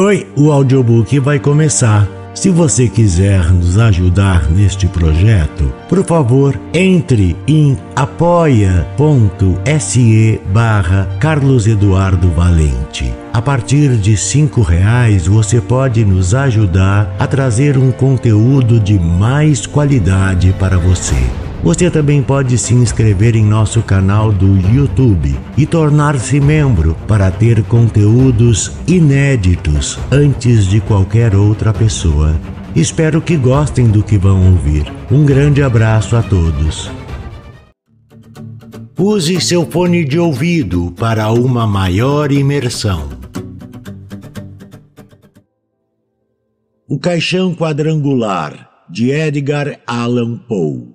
Oi, o audiobook vai começar. Se você quiser nos ajudar neste projeto, por favor, entre em apoia.se/Carlos Eduardo Valente. A partir de R$5 você pode nos ajudar a trazer um conteúdo de mais qualidade para você. Você também pode se inscrever em nosso canal do YouTube e tornar-se membro para ter conteúdos inéditos antes de qualquer outra pessoa. Espero que gostem do que vão ouvir. Um grande abraço a todos. Use seu fone de ouvido para uma maior imersão. O Caixão Quadrangular, de Edgar Allan Poe.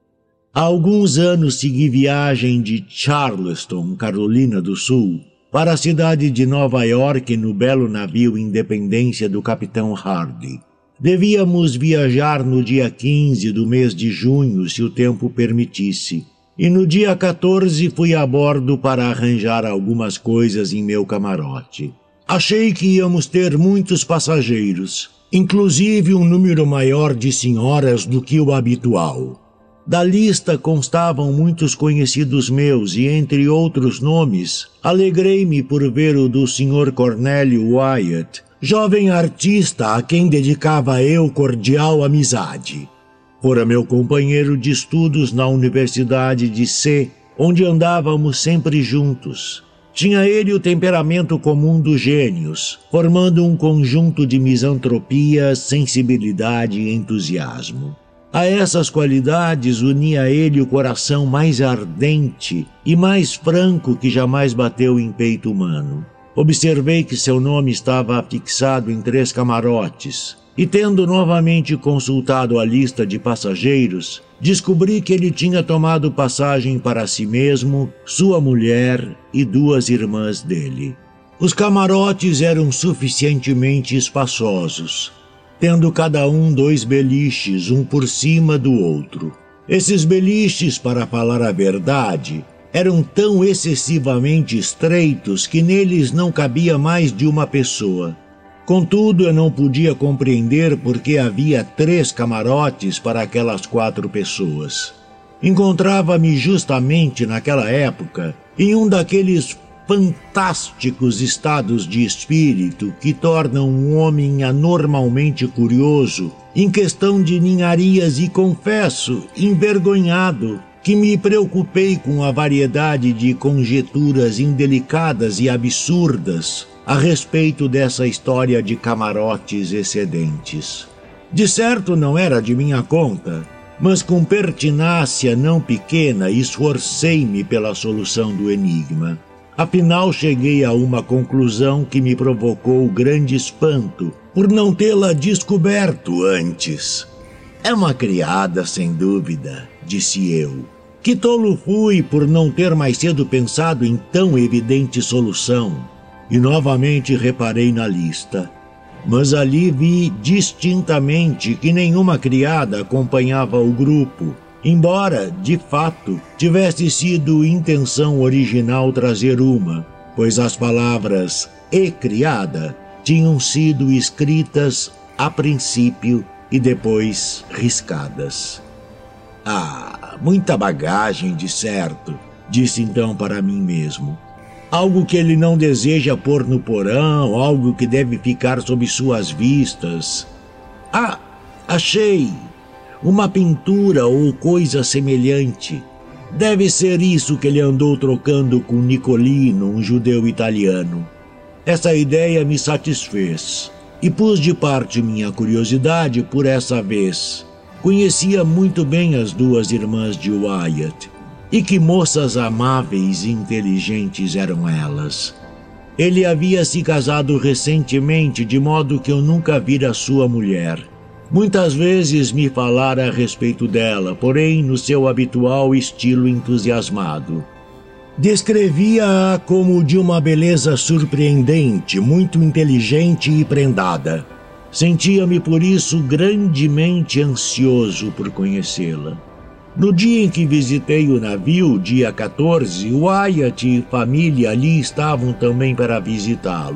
Há alguns anos segui viagem de Charleston, Carolina do Sul, para a cidade de Nova York no belo navio Independência do capitão Hardy. Devíamos viajar no dia 15 do mês de junho, se o tempo permitisse, e no dia 14 fui a bordo para arranjar algumas coisas em meu camarote. Achei que íamos ter muitos passageiros, inclusive um número maior de senhoras do que o habitual. Da lista constavam muitos conhecidos meus e, entre outros nomes, alegrei-me por ver o do Sr. Cornélio Wyatt, jovem artista a quem dedicava eu cordial amizade. Fora meu companheiro de estudos na Universidade de C, onde andávamos sempre juntos. Tinha ele o temperamento comum dos gênios, formando um conjunto de misantropia, sensibilidade e entusiasmo. A essas qualidades unia ele o coração mais ardente e mais franco que jamais bateu em peito humano. Observei que seu nome estava afixado em 3 camarotes, e tendo novamente consultado a lista de passageiros, descobri que ele tinha tomado passagem para si mesmo, sua mulher e 2 irmãs dele. Os camarotes eram suficientemente espaçosos, tendo cada um 2 beliches, um por cima do outro. Esses beliches, para falar a verdade, eram tão excessivamente estreitos que neles não cabia mais de uma pessoa. Contudo, eu não podia compreender por que havia 3 camarotes para aquelas 4 pessoas. Encontrava-me justamente naquela época em um daqueles fantásticos estados de espírito que tornam um homem anormalmente curioso em questão de ninharias e, confesso, envergonhado, que me preocupei com a variedade de conjecturas indelicadas e absurdas a respeito dessa história de camarotes excedentes. De certo não era de minha conta, mas com pertinácia não pequena esforcei-me pela solução do enigma. Afinal, cheguei a uma conclusão que me provocou grande espanto por não tê-la descoberto antes. É uma criada, sem dúvida, disse eu. Que tolo fui por não ter mais cedo pensado em tão evidente solução. E novamente reparei na lista. Mas ali vi distintamente que nenhuma criada acompanhava o grupo, embora, de fato, tivesse sido intenção original trazer uma, pois as palavras "e criada" tinham sido escritas a princípio e depois riscadas. Muita bagagem, de certo, disse então para mim mesmo. Algo que ele não deseja pôr no porão, algo que deve ficar sob suas vistas. Achei! Uma pintura ou coisa semelhante. Deve ser isso que ele andou trocando com Nicolino, um judeu italiano. Essa ideia me satisfez e pus de parte minha curiosidade por essa vez. Conhecia muito bem as 2 irmãs de Wyatt, e que moças amáveis e inteligentes eram elas. Ele havia se casado recentemente, de modo que eu nunca vira sua mulher. Muitas vezes me falara a respeito dela, porém no seu habitual estilo entusiasmado. Descrevia-a como de uma beleza surpreendente, muito inteligente e prendada. Sentia-me por isso grandemente ansioso por conhecê-la. No dia em que visitei o navio, dia 14, Wyatt e família ali estavam também para visitá-lo.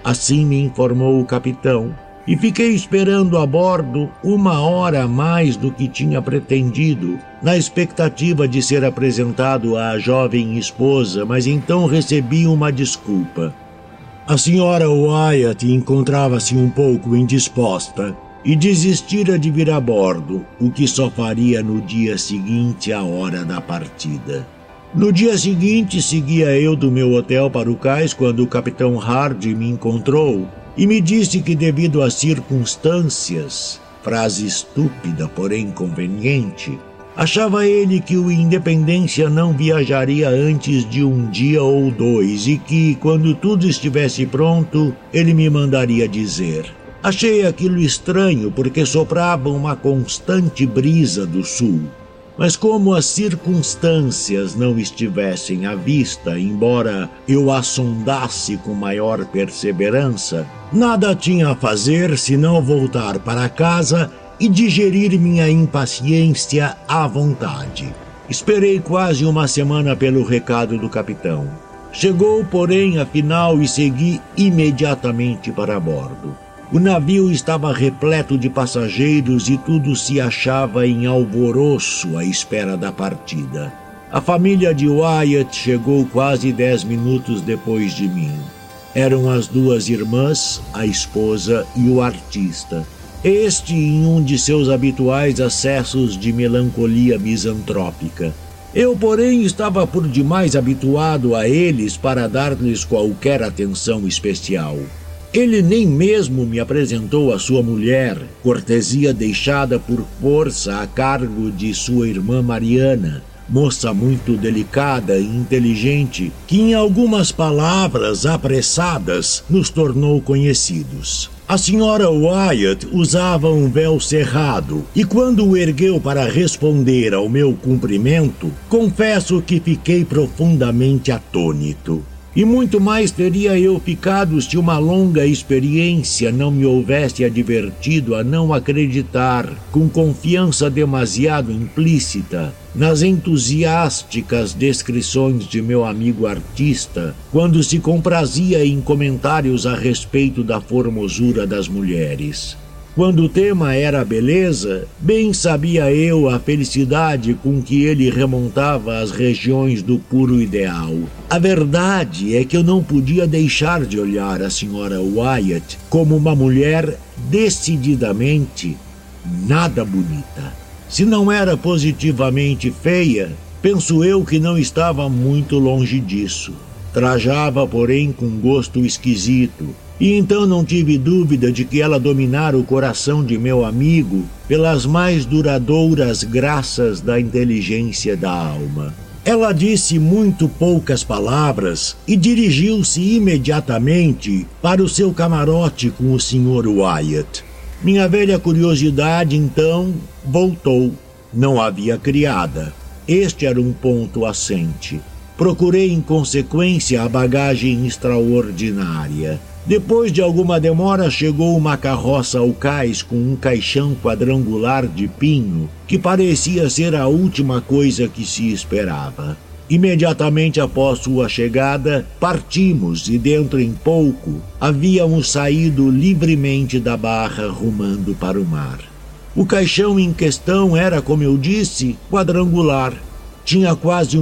Assim me informou o capitão. E fiquei esperando a bordo 1 hora a mais do que tinha pretendido, na expectativa de ser apresentado à jovem esposa, mas então recebi uma desculpa. A senhora Wyatt encontrava-se um pouco indisposta e desistira de vir a bordo, o que só faria no dia seguinte à hora da partida. No dia seguinte, seguia eu do meu hotel para o cais quando o capitão Hardy me encontrou e me disse que, devido às circunstâncias, frase estúpida, porém conveniente, achava ele que o Independência não viajaria antes de 1 dia ou 2 e que, quando tudo estivesse pronto, ele me mandaria dizer. Achei aquilo estranho porque soprava uma constante brisa do sul. Mas como as circunstâncias não estivessem à vista, embora eu as sondasse com maior perseverança, nada tinha a fazer senão voltar para casa e digerir minha impaciência à vontade. Esperei quase 1 semana pelo recado do capitão. Chegou, porém, afinal, e segui imediatamente para bordo. O navio estava repleto de passageiros e tudo se achava em alvoroço à espera da partida. A família de Wyatt chegou quase 10 minutos depois de mim. Eram as 2 irmãs, a esposa e o artista. Este em um de seus habituais acessos de melancolia misantrópica. Eu, porém, estava por demais habituado a eles para dar-lhes qualquer atenção especial. Ele nem mesmo me apresentou a sua mulher, cortesia deixada por força a cargo de sua irmã Mariana, moça muito delicada e inteligente, que em algumas palavras apressadas nos tornou conhecidos. A senhora Wyatt usava um véu cerrado e quando o ergueu para responder ao meu cumprimento, confesso que fiquei profundamente atônito. E muito mais teria eu ficado se uma longa experiência não me houvesse advertido a não acreditar, com confiança demasiado implícita, nas entusiásticas descrições de meu amigo artista, quando se comprazia em comentários a respeito da formosura das mulheres. Quando o tema era a beleza, bem sabia eu a felicidade com que ele remontava às regiões do puro ideal. A verdade é que eu não podia deixar de olhar a senhora Wyatt como uma mulher decididamente nada bonita. Se não era positivamente feia, penso eu que não estava muito longe disso. Trajava, porém, com gosto esquisito, e então não tive dúvida de que ela dominara o coração de meu amigo pelas mais duradouras graças da inteligência da alma. Ela disse muito poucas palavras e dirigiu-se imediatamente para o seu camarote com o Sr. Wyatt. Minha velha curiosidade, então, voltou. Não havia criada. Este era um ponto assente. Procurei, em consequência, a bagagem extraordinária. Depois de alguma demora, chegou uma carroça ao cais com um caixão quadrangular de pinho, que parecia ser a última coisa que se esperava. Imediatamente após sua chegada, partimos e dentro em pouco havíamos saído livremente da barra rumando para o mar. O caixão em questão era, como eu disse, quadrangular. Tinha quase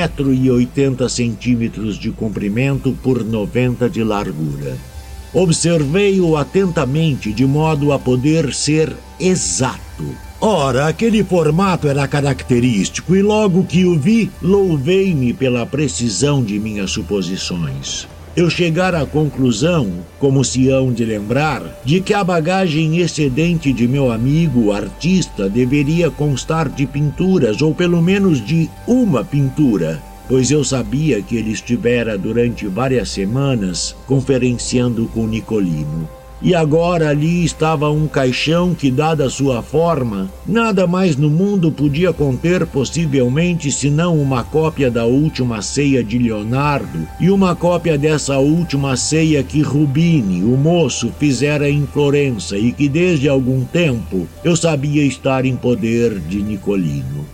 1,80 m de comprimento por 90 de largura. Observei-o atentamente de modo a poder ser exato. Ora, aquele formato era característico e logo que o vi, louvei-me pela precisão de minhas suposições. Eu chegara à conclusão, como se hão de lembrar, de que a bagagem excedente de meu amigo, o artista, deveria constar de pinturas, ou pelo menos de uma pintura, pois eu sabia que ele estivera durante várias semanas conferenciando com Nicolino. E agora ali estava um caixão que, dada sua forma, nada mais no mundo podia conter possivelmente senão uma cópia da Última Ceia de Leonardo e uma cópia dessa Última Ceia que Rubini, o moço, fizera em Florença e que desde algum tempo eu sabia estar em poder de Nicolino.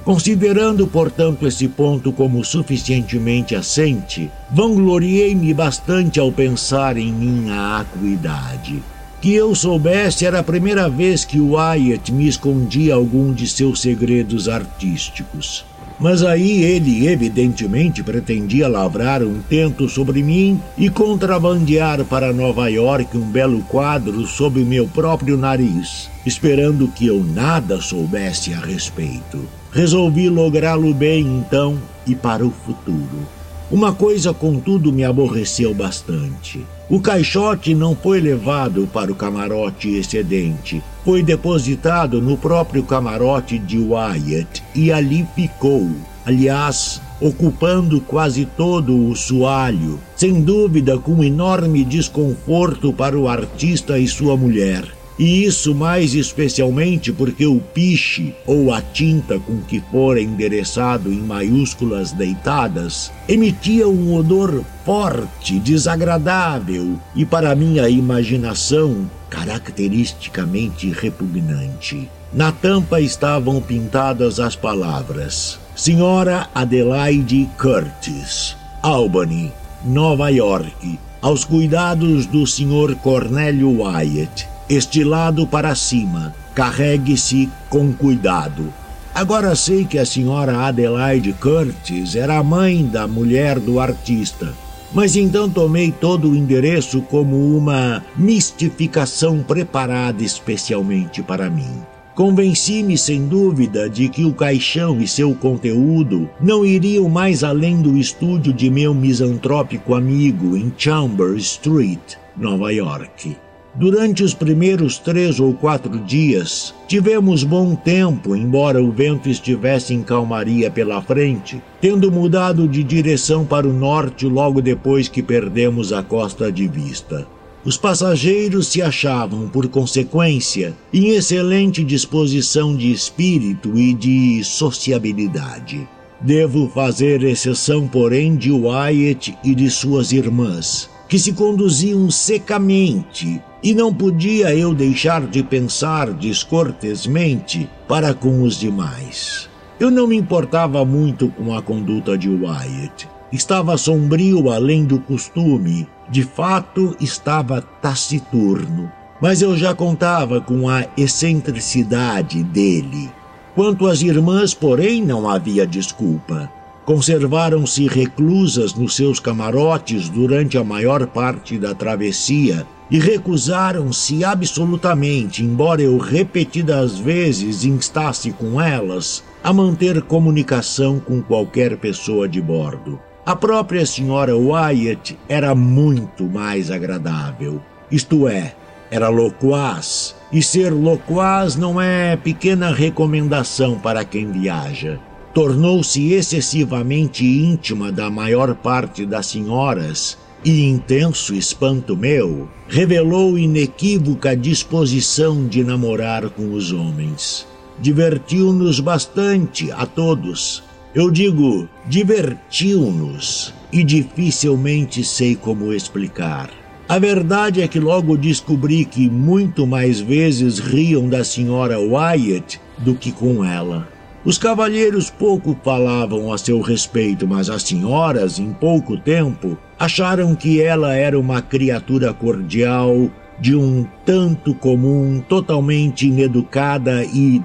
Considerando, portanto, esse ponto como suficientemente assente, vangloriei-me bastante ao pensar em minha acuidade. Que eu soubesse, era a primeira vez que Wyatt me escondia algum de seus segredos artísticos. Mas aí ele, evidentemente, pretendia lavrar um tento sobre mim e contrabandear para Nova York um belo quadro sob meu próprio nariz, esperando que eu nada soubesse a respeito. Resolvi lográ-lo bem, então, e para o futuro. Uma coisa, contudo, me aborreceu bastante. O caixote não foi levado para o camarote excedente. Foi depositado no próprio camarote de Wyatt e ali ficou. Aliás, ocupando quase todo o soalho, sem dúvida com enorme desconforto para o artista e sua mulher. E isso mais especialmente porque o piche, ou a tinta com que fora endereçado em maiúsculas deitadas, emitia um odor forte, desagradável e, para minha imaginação, caracteristicamente repugnante. Na tampa estavam pintadas as palavras: Senhora Adelaide Curtis, Albany, Nova York, aos cuidados do Sr. Cornélio Wyatt. Estilado para cima, carregue-se com cuidado. Agora sei que a senhora Adelaide Curtis era a mãe da mulher do artista, mas então tomei todo o endereço como uma mistificação preparada especialmente para mim. Convenci-me sem dúvida de que o caixão e seu conteúdo não iriam mais além do estúdio de meu misantrópico amigo em Chambers Street, Nova York. Durante os primeiros 3 ou 4 dias, tivemos bom tempo, embora o vento estivesse em calmaria pela frente, tendo mudado de direção para o norte logo depois que perdemos a costa de vista. Os passageiros se achavam, por consequência, em excelente disposição de espírito e de sociabilidade. Devo fazer exceção, porém, de Wyatt e de suas irmãs, que se conduziam secamente, e não podia eu deixar de pensar descortesmente para com os demais. Eu não me importava muito com a conduta de Wyatt. Estava sombrio além do costume, de fato estava taciturno, mas eu já contava com a excentricidade dele. Quanto às irmãs, porém, não havia desculpa. Conservaram-se reclusas nos seus camarotes durante a maior parte da travessia e recusaram-se absolutamente, embora eu repetidas vezes instasse com elas, a manter comunicação com qualquer pessoa de bordo. A própria senhora Wyatt era muito mais agradável, isto é, era loquaz, e ser loquaz não é pequena recomendação para quem viaja. Tornou-se excessivamente íntima da maior parte das senhoras e, intenso espanto meu, revelou inequívoca disposição de namorar com os homens. Divertiu-nos bastante a todos. Eu digo, divertiu-nos, e dificilmente sei como explicar. A verdade é que logo descobri que muito mais vezes riam da senhora Wyatt do que com ela. Os cavalheiros pouco falavam a seu respeito, mas as senhoras, em pouco tempo, acharam que ela era uma criatura cordial, de um tanto comum, totalmente ineducada e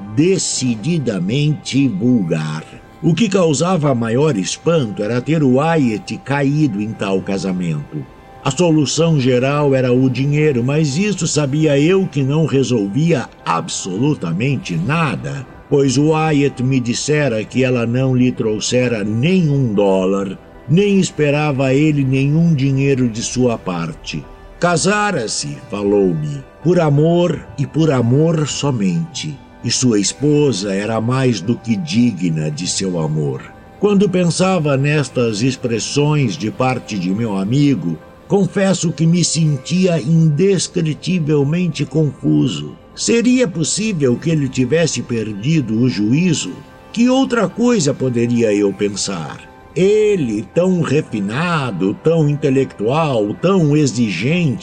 decididamente vulgar. O que causava maior espanto era ter Wyatt caído em tal casamento. A solução geral era o dinheiro, mas isso sabia eu que não resolvia absolutamente nada, pois Wyatt me dissera que ela não lhe trouxera nem $1, nem esperava ele nenhum dinheiro de sua parte. Casara-se, falou-me, por amor e por amor somente, e sua esposa era mais do que digna de seu amor. Quando pensava nestas expressões de parte de meu amigo, confesso que me sentia indescritivelmente confuso. Seria possível que ele tivesse perdido o juízo? Que outra coisa poderia eu pensar? Ele, tão refinado, tão intelectual, tão exigente,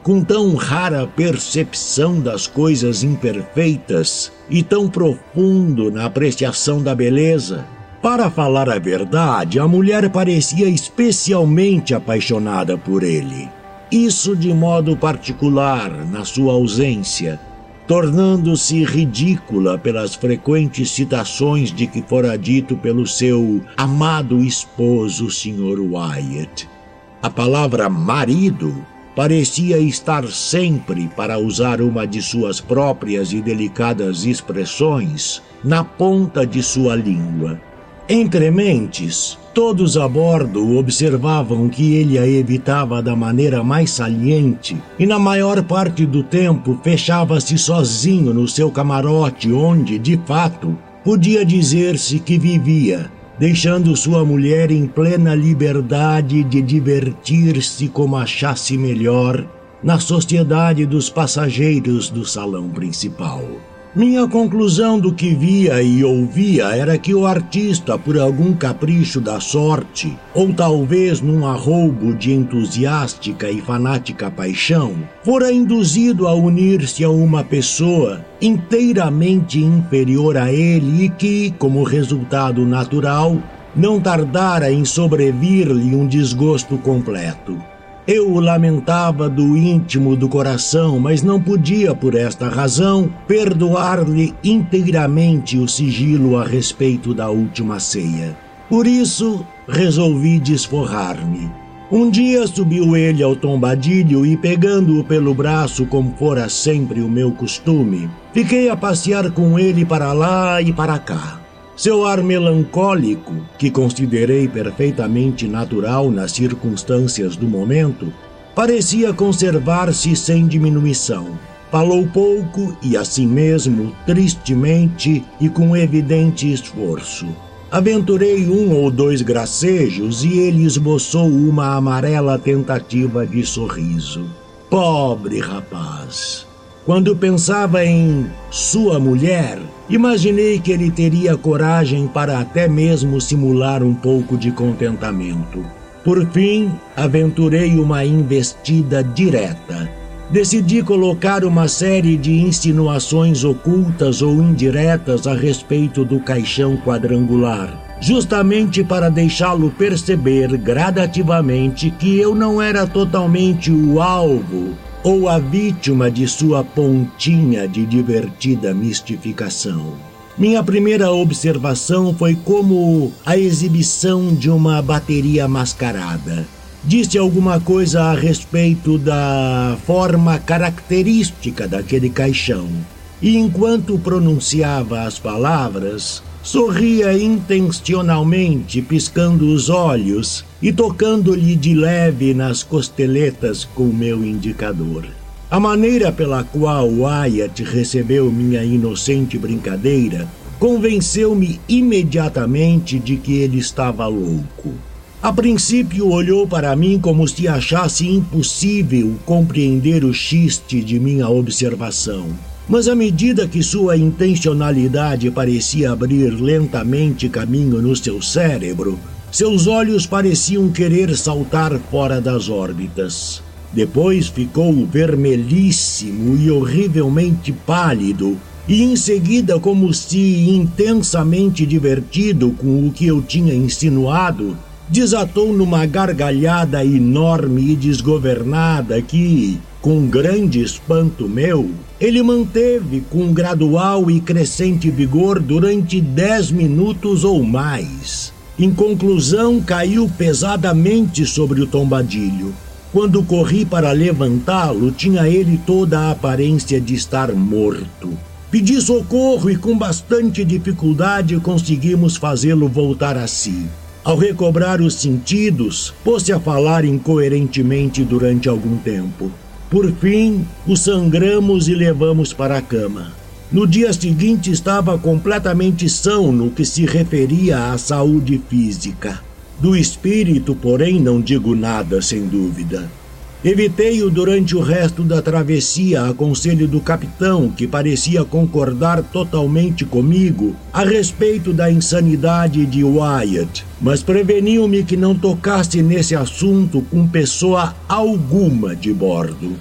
com tão rara percepção das coisas imperfeitas e tão profundo na apreciação da beleza. Para falar a verdade, a mulher parecia especialmente apaixonada por ele. Isso de modo particular na sua ausência, tornando-se ridícula pelas frequentes citações de que fora dito pelo seu amado esposo, Sr. Wyatt. A palavra marido parecia estar sempre, para usar uma de suas próprias e delicadas expressões, na ponta de sua língua. Entre mentes, todos a bordo observavam que ele a evitava da maneira mais saliente e, na maior parte do tempo, fechava-se sozinho no seu camarote, onde, de fato, podia dizer-se que vivia, deixando sua mulher em plena liberdade de divertir-se como achasse melhor na sociedade dos passageiros do salão principal. Minha conclusão do que via e ouvia era que o artista, por algum capricho da sorte, ou talvez num arroubo de entusiástica e fanática paixão, fora induzido a unir-se a uma pessoa inteiramente inferior a ele e que, como resultado natural, não tardara em sobrevir-lhe um desgosto completo. Eu o lamentava do íntimo do coração, mas não podia, por esta razão, perdoar-lhe inteiramente o sigilo a respeito da última ceia. Por isso, resolvi desforrar-me. Um dia subiu ele ao tombadilho e, pegando-o pelo braço como fora sempre o meu costume, fiquei a passear com ele para lá e para cá. Seu ar melancólico, que considerei perfeitamente natural nas circunstâncias do momento, parecia conservar-se sem diminuição. Falou pouco e, assim mesmo, tristemente e com evidente esforço. Aventurei 1 ou 2 gracejos e ele esboçou uma amarela tentativa de sorriso. Pobre rapaz! Quando pensava em sua mulher, imaginei que ele teria coragem para até mesmo simular um pouco de contentamento. Por fim, aventurei uma investida direta. Decidi colocar uma série de insinuações ocultas ou indiretas a respeito do caixão quadrangular, justamente para deixá-lo perceber gradativamente que eu não era totalmente o alvo ou a vítima de sua pontinha de divertida mistificação. Minha primeira observação foi como a exibição de uma bateria mascarada. Disse alguma coisa a respeito da forma característica daquele caixão, e enquanto pronunciava as palavras, sorria intencionalmente, piscando os olhos e tocando-lhe de leve nas costeletas com meu indicador. A maneira pela qual Wyatt recebeu minha inocente brincadeira convenceu-me imediatamente de que ele estava louco. A princípio olhou para mim como se achasse impossível compreender o chiste de minha observação. Mas à medida que sua intencionalidade parecia abrir lentamente caminho no seu cérebro, seus olhos pareciam querer saltar fora das órbitas. Depois ficou vermelhíssimo e horrivelmente pálido, e em seguida, como se intensamente divertido com o que eu tinha insinuado, desatou numa gargalhada enorme e desgovernada que, com grande espanto meu, ele manteve com gradual e crescente vigor durante 10 minutos ou mais. Em conclusão, caiu pesadamente sobre o tombadilho. Quando corri para levantá-lo, tinha ele toda a aparência de estar morto. Pedi socorro e com bastante dificuldade conseguimos fazê-lo voltar a si. Ao recobrar os sentidos, pôs-se a falar incoerentemente durante algum tempo. Por fim, o sangramos e levamos para a cama. No dia seguinte estava completamente são no que se referia à saúde física. Do espírito, porém, não digo nada, sem dúvida. Evitei-o durante o resto da travessia a conselho do capitão, que parecia concordar totalmente comigo a respeito da insanidade de Wyatt, mas preveniu-me que não tocasse nesse assunto com pessoa alguma de bordo.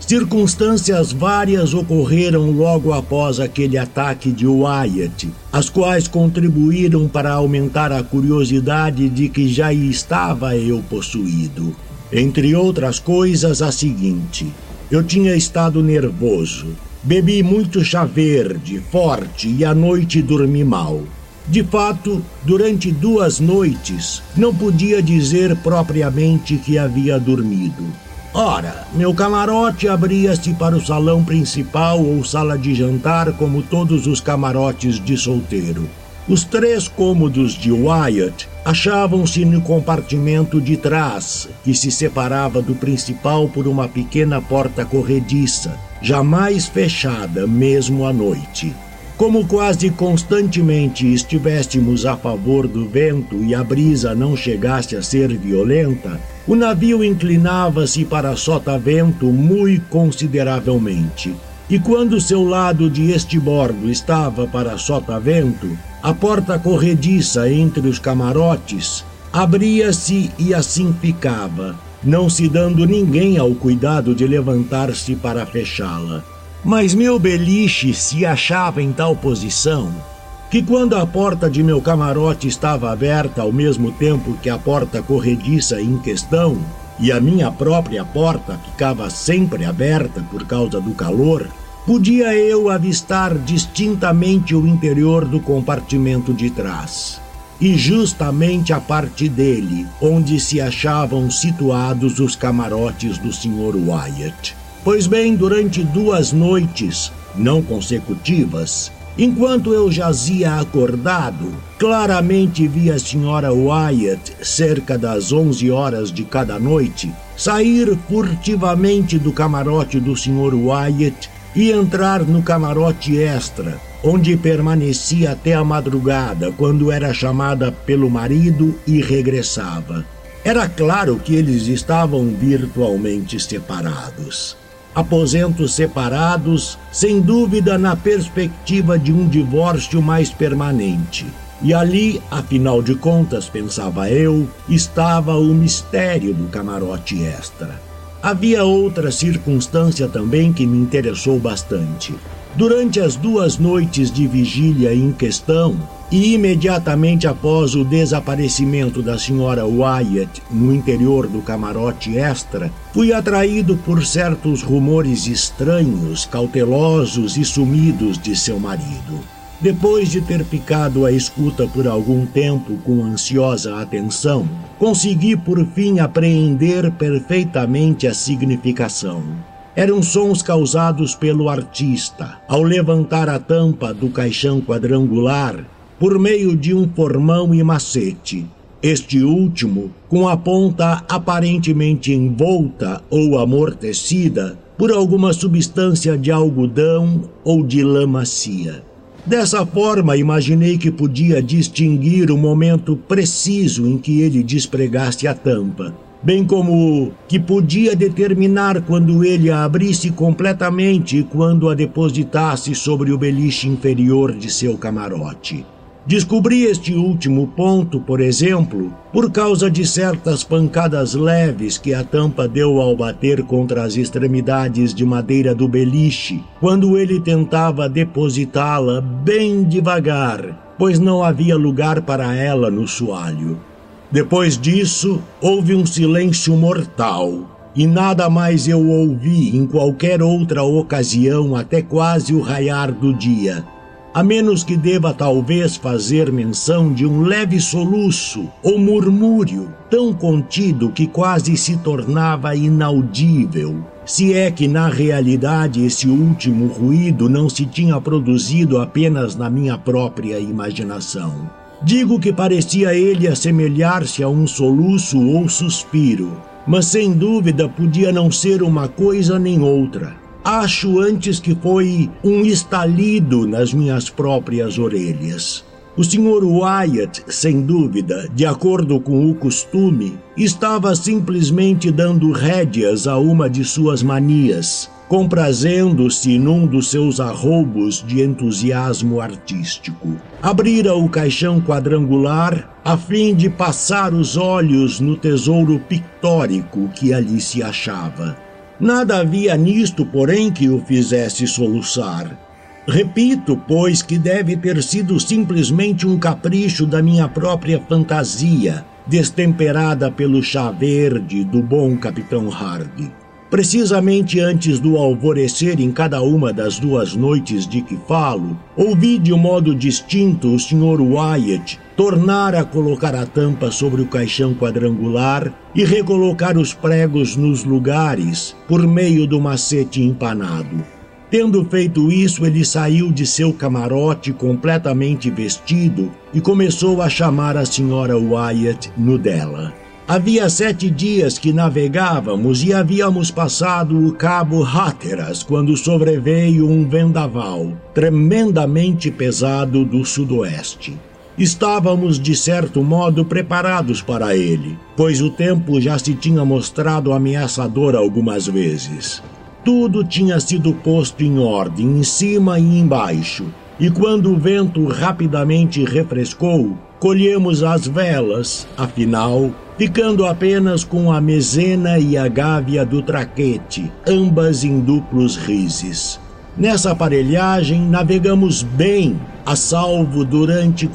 Circunstâncias várias ocorreram logo após aquele ataque de Wyatt, as quais contribuíram para aumentar a curiosidade de que já estava eu possuído. Entre outras coisas, a seguinte: eu tinha estado nervoso, bebi muito chá verde, forte, e à noite dormi mal. De fato, durante 2 noites, não podia dizer propriamente que havia dormido. Ora, meu camarote abria-se para o salão principal ou sala de jantar como todos os camarotes de solteiro. Os 3 cômodos de Wyatt achavam-se no compartimento de trás, que se separava do principal por uma pequena porta corrediça, jamais fechada mesmo à noite. Como quase constantemente estivéssemos a favor do vento e a brisa não chegasse a ser violenta, o navio inclinava-se para sotavento muito consideravelmente. E quando seu lado de estibordo estava para sotavento, a porta corrediça entre os camarotes abria-se e assim ficava, não se dando ninguém ao cuidado de levantar-se para fechá-la. Mas meu beliche se achava em tal posição que quando a porta de meu camarote estava aberta ao mesmo tempo que a porta corrediça em questão, e a minha própria porta ficava sempre aberta por causa do calor, podia eu avistar distintamente o interior do compartimento de trás, e justamente a parte dele, onde se achavam situados os camarotes do Sr. Wyatt. Pois bem, durante 2 noites, não consecutivas, enquanto eu jazia acordado, claramente vi a Sra. Wyatt, cerca das 11 horas de cada noite, sair furtivamente do camarote do Sr. Wyatt e entrar no camarote extra, onde permanecia até a madrugada, quando era chamada pelo marido e regressava. Era claro que eles estavam virtualmente separados. Aposentos separados, sem dúvida na perspectiva de um divórcio mais permanente. E ali, afinal de contas, pensava eu, estava o mistério do camarote extra. Havia outra circunstância também que me interessou bastante. Durante as 2 noites de vigília em questão, e imediatamente após o desaparecimento da Sra. Wyatt no interior do camarote extra, fui atraído por certos rumores estranhos, cautelosos e sumidos de seu marido. Depois de ter ficado à escuta por algum tempo com ansiosa atenção, consegui por fim apreender perfeitamente a significação. Eram sons causados pelo artista, ao levantar a tampa do caixão quadrangular por meio de um formão e macete. Este último, com a ponta aparentemente envolta ou amortecida por alguma substância de algodão ou de lã macia. Dessa forma, imaginei que podia distinguir o momento preciso em que ele despregasse a tampa, bem como que podia determinar quando ele a abrisse completamente e quando a depositasse sobre o beliche inferior de seu camarote. Descobri este último ponto, por exemplo, por causa de certas pancadas leves que a tampa deu ao bater contra as extremidades de madeira do beliche, quando ele tentava depositá-la bem devagar, pois não havia lugar para ela no soalho. Depois disso, houve um silêncio mortal, e nada mais eu ouvi em qualquer outra ocasião até quase o raiar do dia, a menos que deva talvez fazer menção de um leve soluço ou murmúrio tão contido que quase se tornava inaudível, se é que na realidade esse último ruído não se tinha produzido apenas na minha própria imaginação. Digo que parecia ele assemelhar-se a um soluço ou suspiro, mas sem dúvida podia não ser uma coisa nem outra. Acho antes que foi um estalido nas minhas próprias orelhas. O Sr. Wyatt, sem dúvida, de acordo com o costume, estava simplesmente dando rédeas a uma de suas manias, comprazendo-se num dos seus arroubos de entusiasmo artístico. Abrira o caixão quadrangular a fim de passar os olhos no tesouro pictórico que ali se achava. Nada havia nisto, porém, que o fizesse soluçar. Repito, pois, que deve ter sido simplesmente um capricho da minha própria fantasia, destemperada pelo chá verde do bom Capitão Hardy. Precisamente antes do alvorecer em cada uma das 2 noites de que falo, ouvi de um modo distinto o Sr. Wyatt tornar a colocar a tampa sobre o caixão quadrangular e recolocar os pregos nos lugares por meio do macete empanado. Tendo feito isso, ele saiu de seu camarote completamente vestido e começou a chamar a Sra. Wyatt no dela. Havia 7 dias que navegávamos e havíamos passado o Cabo Hatteras quando sobreveio um vendaval tremendamente pesado do sudoeste. Estávamos, de certo modo, preparados para ele, pois o tempo já se tinha mostrado ameaçador algumas vezes. Tudo tinha sido posto em ordem, em cima e embaixo, e quando o vento rapidamente refrescou, colhemos as velas, afinal, ficando apenas com a mezena e a gávea do traquete, ambas em duplos rises. Nessa aparelhagem navegamos bem, a salvo durante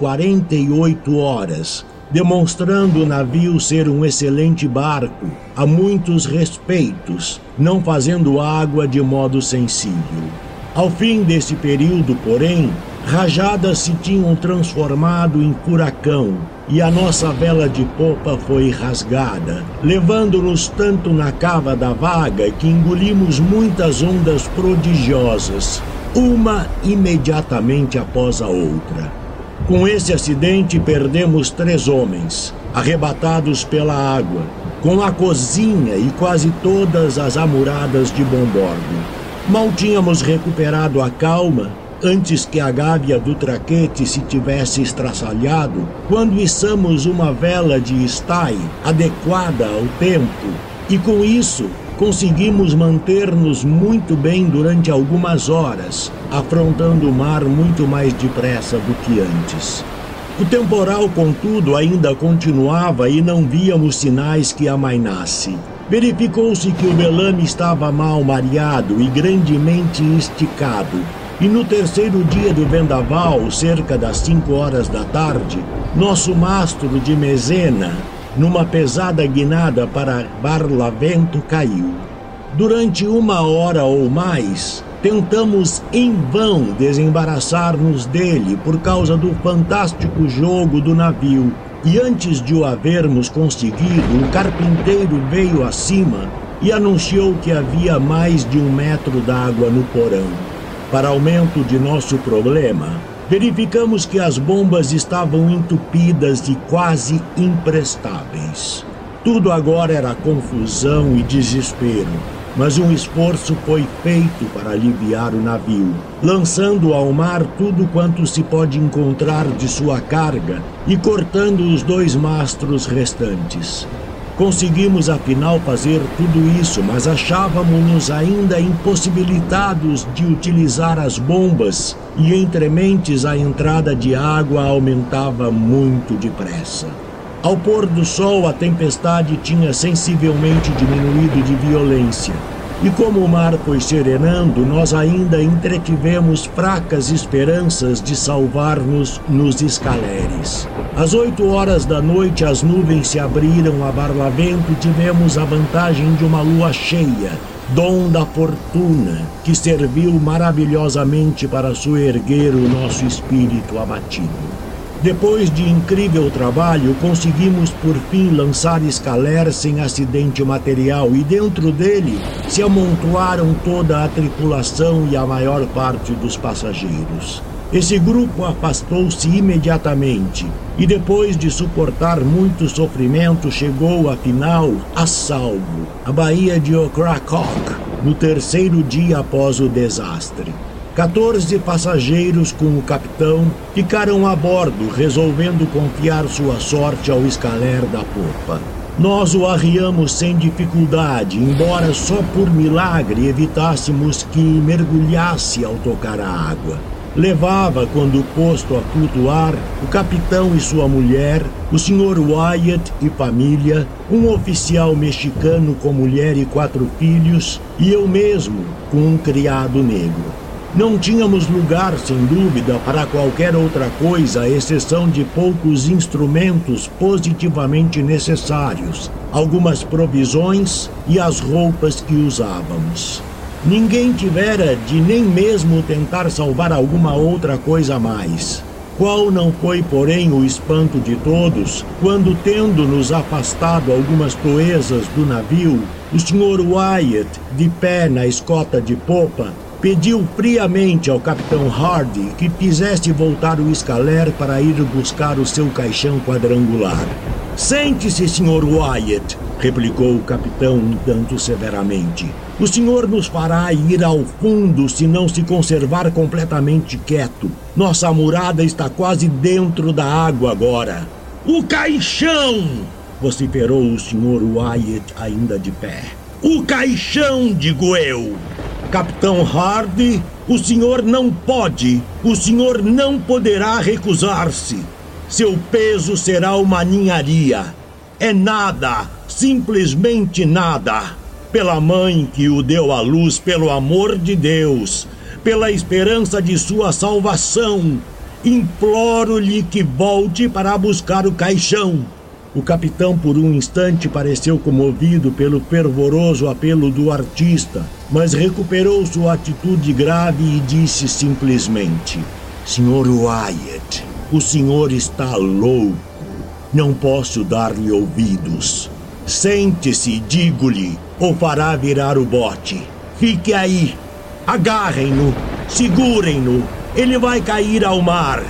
48 horas, demonstrando o navio ser um excelente barco, a muitos respeitos, não fazendo água de modo sensível. Ao fim desse período, porém, rajadas se tinham transformado em furacão e a nossa vela de popa foi rasgada, levando-nos tanto na cava da vaga que engolimos muitas ondas prodigiosas, uma imediatamente após a outra. Com esse acidente perdemos 3 homens, arrebatados pela água, com a cozinha e quase todas as amuradas de bombordo. Mal tínhamos recuperado a calma, antes que a gávea do traquete se tivesse estraçalhado, quando içamos uma vela de estai adequada ao tempo, e com isso conseguimos manter-nos muito bem durante algumas horas, afrontando o mar muito mais depressa do que antes. O temporal, contudo, ainda continuava e não víamos sinais que amainasse. Verificou-se que o velame estava mal mareado e grandemente esticado, e no 3º dia do vendaval, cerca das 5 horas da tarde, nosso mastro de mezena, numa pesada guinada para Barlavento, caiu. Durante 1 hora ou mais, tentamos em vão desembaraçar-nos dele por causa do fantástico jogo do navio, e antes de o havermos conseguido, o carpinteiro veio acima e anunciou que havia mais de 1 metro d'água no porão. Para aumento de nosso problema, verificamos que as bombas estavam entupidas e quase imprestáveis. Tudo agora era confusão e desespero, mas um esforço foi feito para aliviar o navio, lançando ao mar tudo quanto se pode encontrar de sua carga e cortando os 2 mastros restantes. Conseguimos afinal fazer tudo isso, mas achávamos-nos ainda impossibilitados de utilizar as bombas e entre mentes a entrada de água aumentava muito depressa. Ao pôr do sol a tempestade tinha sensivelmente diminuído de violência e como o mar foi serenando, nós ainda entretivemos fracas esperanças de salvar-nos nos escaleres. Às 8 horas da noite as nuvens se abriram a Barlavento e tivemos a vantagem de uma lua cheia, dom da fortuna, que serviu maravilhosamente para soerguer o nosso espírito abatido. Depois de incrível trabalho, conseguimos por fim lançar Escaler sem acidente material e dentro dele se amontoaram toda a tripulação e a maior parte dos passageiros. Esse grupo afastou-se imediatamente e depois de suportar muito sofrimento chegou afinal a salvo, a Baía de Ocracoke, no 3º dia após o desastre. 14 passageiros com o capitão ficaram a bordo, resolvendo confiar sua sorte ao escaler da popa. Nós o arriamos sem dificuldade, embora só por milagre evitássemos que mergulhasse ao tocar a água. Levava, quando posto a flutuar, o capitão e sua mulher, o Sr. Wyatt e família, um oficial mexicano com mulher e 4 filhos, e eu mesmo, com um criado negro. Não tínhamos lugar, sem dúvida, para qualquer outra coisa, à exceção de poucos instrumentos positivamente necessários, algumas provisões e as roupas que usávamos. Ninguém tivera de nem mesmo tentar salvar alguma outra coisa a mais. Qual não foi, porém, o espanto de todos, quando, tendo-nos afastado algumas proezas do navio, o Sr. Wyatt, de pé na escota de popa, pediu friamente ao capitão Hardy que fizesse voltar o escaler para ir buscar o seu caixão quadrangular. "Sente-se, Sr. Wyatt", replicou o capitão um tanto severamente. "O senhor nos fará ir ao fundo se não se conservar completamente quieto. Nossa murada está quase dentro da água agora." "O caixão!" vociferou o Sr. Wyatt, ainda de pé. "O caixão, digo eu!" "Capitão Hardy, o senhor não pode, o senhor não poderá recusar-se. Seu peso será uma ninharia. É nada, simplesmente nada. Pela mãe que o deu à luz, pelo amor de Deus, pela esperança de sua salvação, imploro-lhe que volte para buscar o caixão." O capitão, por um instante, pareceu comovido pelo fervoroso apelo do artista, mas recuperou sua atitude grave e disse simplesmente: "Sr. Wyatt, o senhor está louco. Não posso dar-lhe ouvidos. Sente-se, digo-lhe, ou fará virar o bote. Fique aí. Agarrem-no, segurem-no. Ele vai cair ao mar."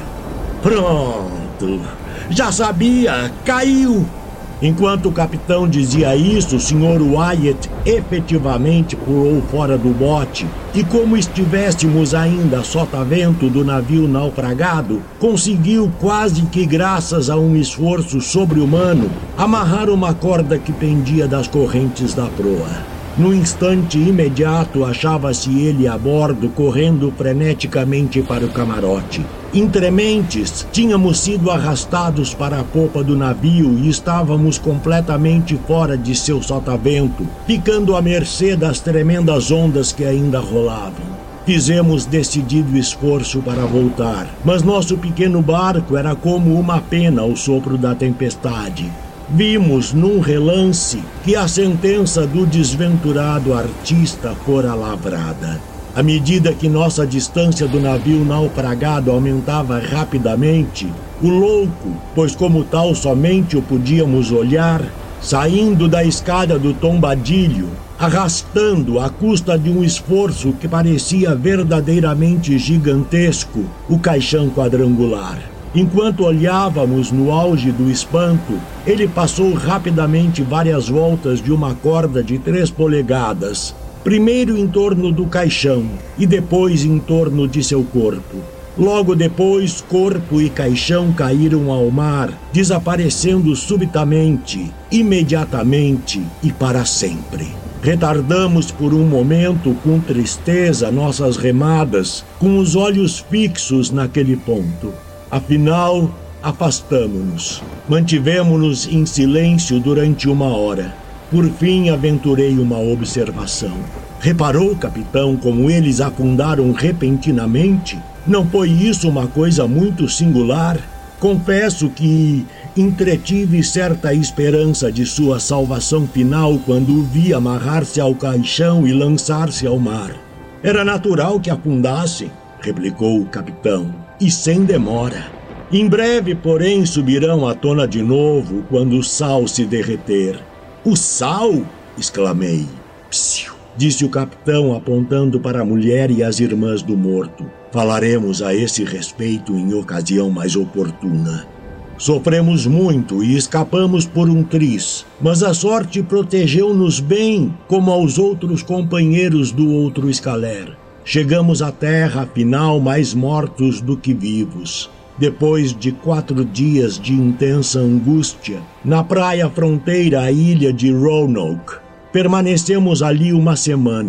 "Pronto. Já sabia, caiu." Enquanto o capitão dizia isso, o Sr. Wyatt efetivamente pulou fora do bote e, como estivéssemos ainda a sotavento do navio naufragado, conseguiu, quase que graças a um esforço sobre-humano, amarrar uma corda que pendia das correntes da proa. No instante imediato, achava-se ele a bordo, correndo freneticamente para o camarote. Entrementes, tínhamos sido arrastados para a popa do navio e estávamos completamente fora de seu sotavento, ficando à mercê das tremendas ondas que ainda rolavam. Fizemos decidido esforço para voltar, mas nosso pequeno barco era como uma pena ao sopro da tempestade. Vimos, num relance, que a sentença do desventurado artista fora lavrada. À medida que nossa distância do navio naufragado aumentava rapidamente, o louco, pois como tal somente o podíamos olhar, saindo da escada do tombadilho, arrastando à custa de um esforço que parecia verdadeiramente gigantesco, o caixão quadrangular. Enquanto olhávamos no auge do espanto, ele passou rapidamente várias voltas de uma corda de 3 polegadas, primeiro em torno do caixão e depois em torno de seu corpo. Logo depois, corpo e caixão caíram ao mar, desaparecendo subitamente, imediatamente e para sempre. Retardamos por um momento com tristeza nossas remadas, com os olhos fixos naquele ponto. Afinal, afastamo-nos. Mantivemo-nos em silêncio durante 1 hora. Por fim, aventurei uma observação. "Reparou, capitão, como eles afundaram repentinamente? Não foi isso uma coisa muito singular? Confesso que entretive certa esperança de sua salvação final quando o vi amarrar-se ao caixão e lançar-se ao mar." "Era natural que afundassem", replicou o capitão, "e sem demora. Em breve, porém, subirão à tona de novo quando o sal se derreter." "O sal?" exclamei. "Psiu", disse o capitão, apontando para a mulher e as irmãs do morto. "Falaremos a esse respeito em ocasião mais oportuna. Sofremos muito e escapamos por um triz, mas a sorte protegeu-nos bem, como aos outros companheiros do outro escaler. Chegamos à terra, afinal, mais mortos do que vivos. Depois de 4 dias de intensa angústia, na praia fronteira à ilha de Roanoke, permanecemos ali 1 semana.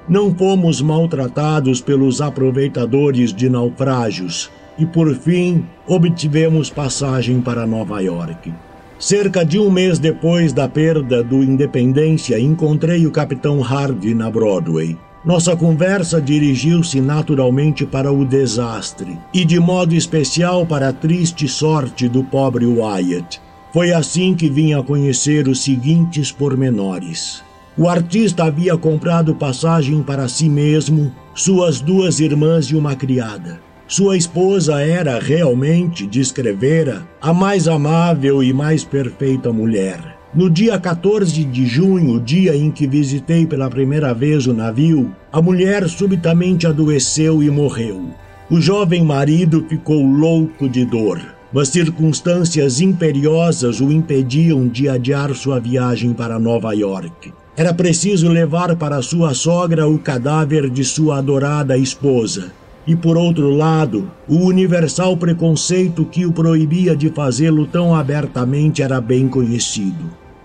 Não fomos maltratados pelos aproveitadores de naufrágios e, por fim, obtivemos passagem para Nova York. Cerca de um mês depois da perda do Independência, encontrei o Capitão Hardy na Broadway. Nossa conversa dirigiu-se naturalmente para o desastre e, de modo especial, para a triste sorte do pobre Wyatt. Foi assim que vim a conhecer os seguintes pormenores. O artista havia comprado passagem para si mesmo, suas 2 irmãs e uma criada. Sua esposa era realmente, descrevera, a mais amável e mais perfeita mulher. No dia 14 de junho, dia em que visitei pela primeira vez o navio, a mulher subitamente adoeceu e morreu. O jovem marido ficou louco de dor, mas circunstâncias imperiosas o impediam de adiar sua viagem para Nova York. Era preciso levar para sua sogra o cadáver de sua adorada esposa. E, por outro lado, o universal preconceito que o proibia de fazê-lo tão abertamente era bem conhecido.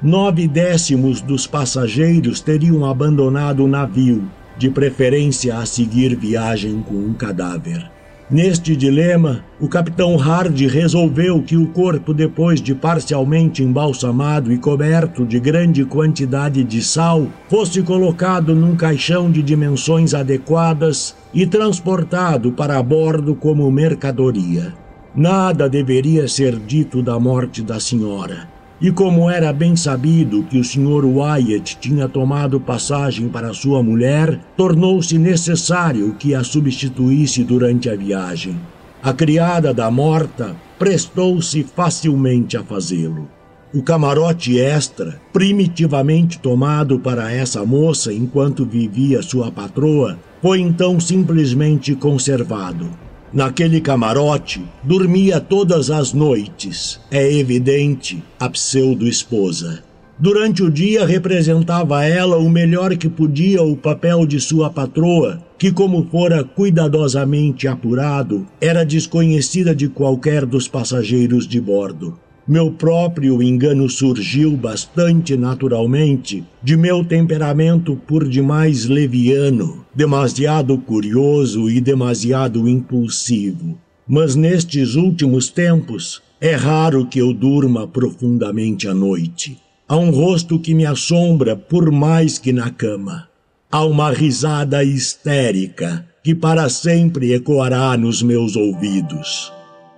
9/10 dos passageiros teriam abandonado o navio, de preferência a seguir viagem com um cadáver. Neste dilema, o Capitão Hardy resolveu que o corpo, depois de parcialmente embalsamado e coberto de grande quantidade de sal, fosse colocado num caixão de dimensões adequadas e transportado para bordo como mercadoria. Nada deveria ser dito da morte da senhora. E como era bem sabido que o Sr. Wyatt tinha tomado passagem para sua mulher, tornou-se necessário que a substituísse durante a viagem. A criada da morta prestou-se facilmente a fazê-lo. O camarote extra, primitivamente tomado para essa moça enquanto vivia sua patroa, foi então simplesmente conservado. Naquele camarote, dormia todas as noites, é evidente, a pseudo-esposa. Durante o dia representava ela o melhor que podia o papel de sua patroa, que, como fora cuidadosamente apurado, era desconhecida de qualquer dos passageiros de bordo. Meu próprio engano surgiu bastante naturalmente de meu temperamento por demais leviano, demasiado curioso e demasiado impulsivo. Mas nestes últimos tempos, é raro que eu durma profundamente à noite. Há um rosto que me assombra por mais que na cama. Há uma risada histérica que para sempre ecoará nos meus ouvidos.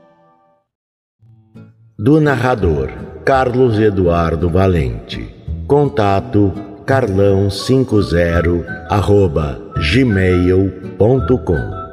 Do narrador Carlos Eduardo Valente. Contato carlão50@gmail.com